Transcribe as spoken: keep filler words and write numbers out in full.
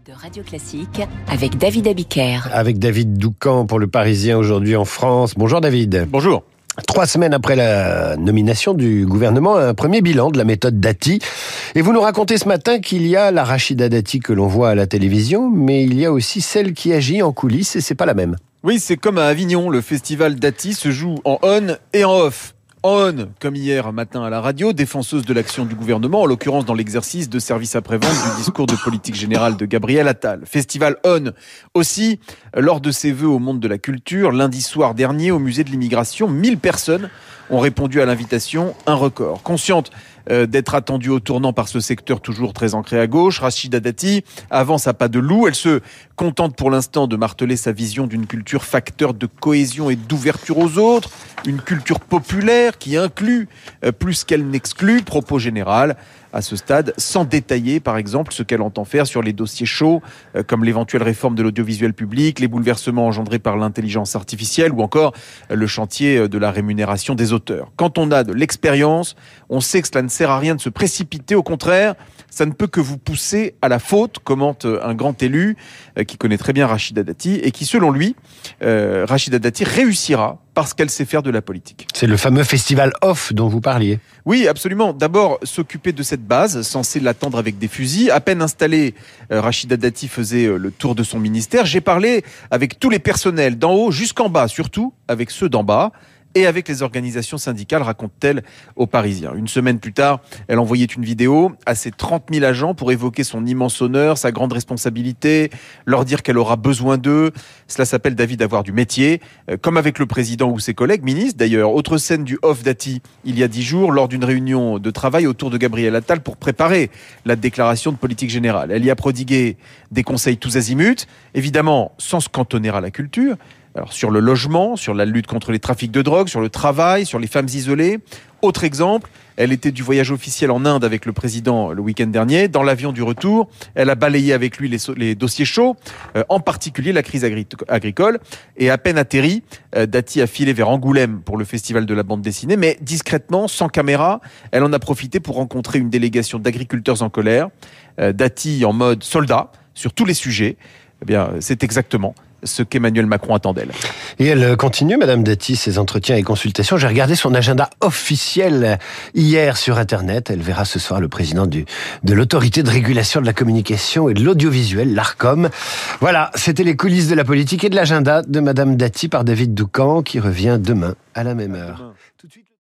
De Radio Classique avec David Abiker. Avec David Doucan pour Le Parisien aujourd'hui en France. Bonjour David. Bonjour. Trois semaines après la nomination du gouvernement, un premier bilan de la méthode Dati. Et vous nous racontez ce matin qu'il y a la Rachida Dati que l'on voit à la télévision, mais il y a aussi celle qui agit en coulisses et c'est pas la même. Oui, c'est comme à Avignon, le festival Dati se joue en on et en off. En on, comme hier matin à la radio, défenseuse de l'action du gouvernement, en l'occurrence dans l'exercice de service après-vente du discours de politique générale de Gabriel Attal. Festival on aussi, lors de ses vœux au monde de la culture, lundi soir dernier au musée de l'immigration, mille personnes ont répondu à l'invitation, un record. Consciente euh, d'être attendue au tournant par ce secteur toujours très ancré à gauche, Rachida Dati avance à pas de loup. Elle se contente pour l'instant de marteler sa vision d'une culture facteur de cohésion et d'ouverture aux autres, une culture populaire qui inclut euh, plus qu'elle n'exclut, propos général à ce stade, sans détailler par exemple ce qu'elle entend faire sur les dossiers chauds, euh, comme l'éventuelle réforme de l'audiovisuel public, les bouleversements engendrés par l'intelligence artificielle ou encore euh, le chantier de la rémunération des auteurs. Quand on a de l'expérience, on sait que cela ne sert à rien de se précipiter, au contraire, ça ne peut que vous pousser à la faute, commente un grand élu euh, qui connaît très bien Rachida Dati et qui, selon lui, euh, Rachida Dati réussira parce qu'elle sait faire de la politique. C'est le fameux festival off dont vous parliez. Oui, absolument. D'abord, s'occuper de cette base, censée l'attendre avec des fusils. À peine installée, euh, Rachida Dati faisait euh, le tour de son ministère. J'ai parlé avec tous les personnels, d'en haut jusqu'en bas, surtout avec ceux d'en bas. Et avec les organisations syndicales, raconte-t-elle aux Parisiens. Une semaine plus tard, elle envoyait une vidéo à ses trente mille agents pour évoquer son immense honneur, sa grande responsabilité, leur dire qu'elle aura besoin d'eux. Cela s'appelle, David, avoir du métier, comme avec le président ou ses collègues, ministres d'ailleurs. Autre scène du off Dati, il y a dix jours, lors d'une réunion de travail autour de Gabriel Attal pour préparer la déclaration de politique générale. Elle y a prodigué des conseils tous azimuts, évidemment sans se cantonner à la culture. Alors, sur le logement, sur la lutte contre les trafics de drogue, sur le travail, sur les femmes isolées. Autre exemple, elle était du voyage officiel en Inde avec le président le week-end dernier. Dans l'avion du retour, elle a balayé avec lui les, so- les dossiers chauds, euh, en particulier la crise agri- agricole. Et à peine atterri, euh, Dati a filé vers Angoulême pour le festival de la bande dessinée. Mais discrètement, sans caméra, elle en a profité pour rencontrer une délégation d'agriculteurs en colère. Euh, Dati en mode soldat sur tous les sujets. Eh bien, c'est exactement ce qu'Emmanuel Macron attend d'elle. Et elle continue, Madame Dati, ses entretiens et consultations. J'ai regardé son agenda officiel hier sur Internet. Elle verra ce soir le président du, de l'autorité de régulation de la communication et de l'audiovisuel, l'Arcom. Voilà, c'était les coulisses de la politique et de l'agenda de Madame Dati par David Doucan qui revient demain à la même heure. Tout de suite...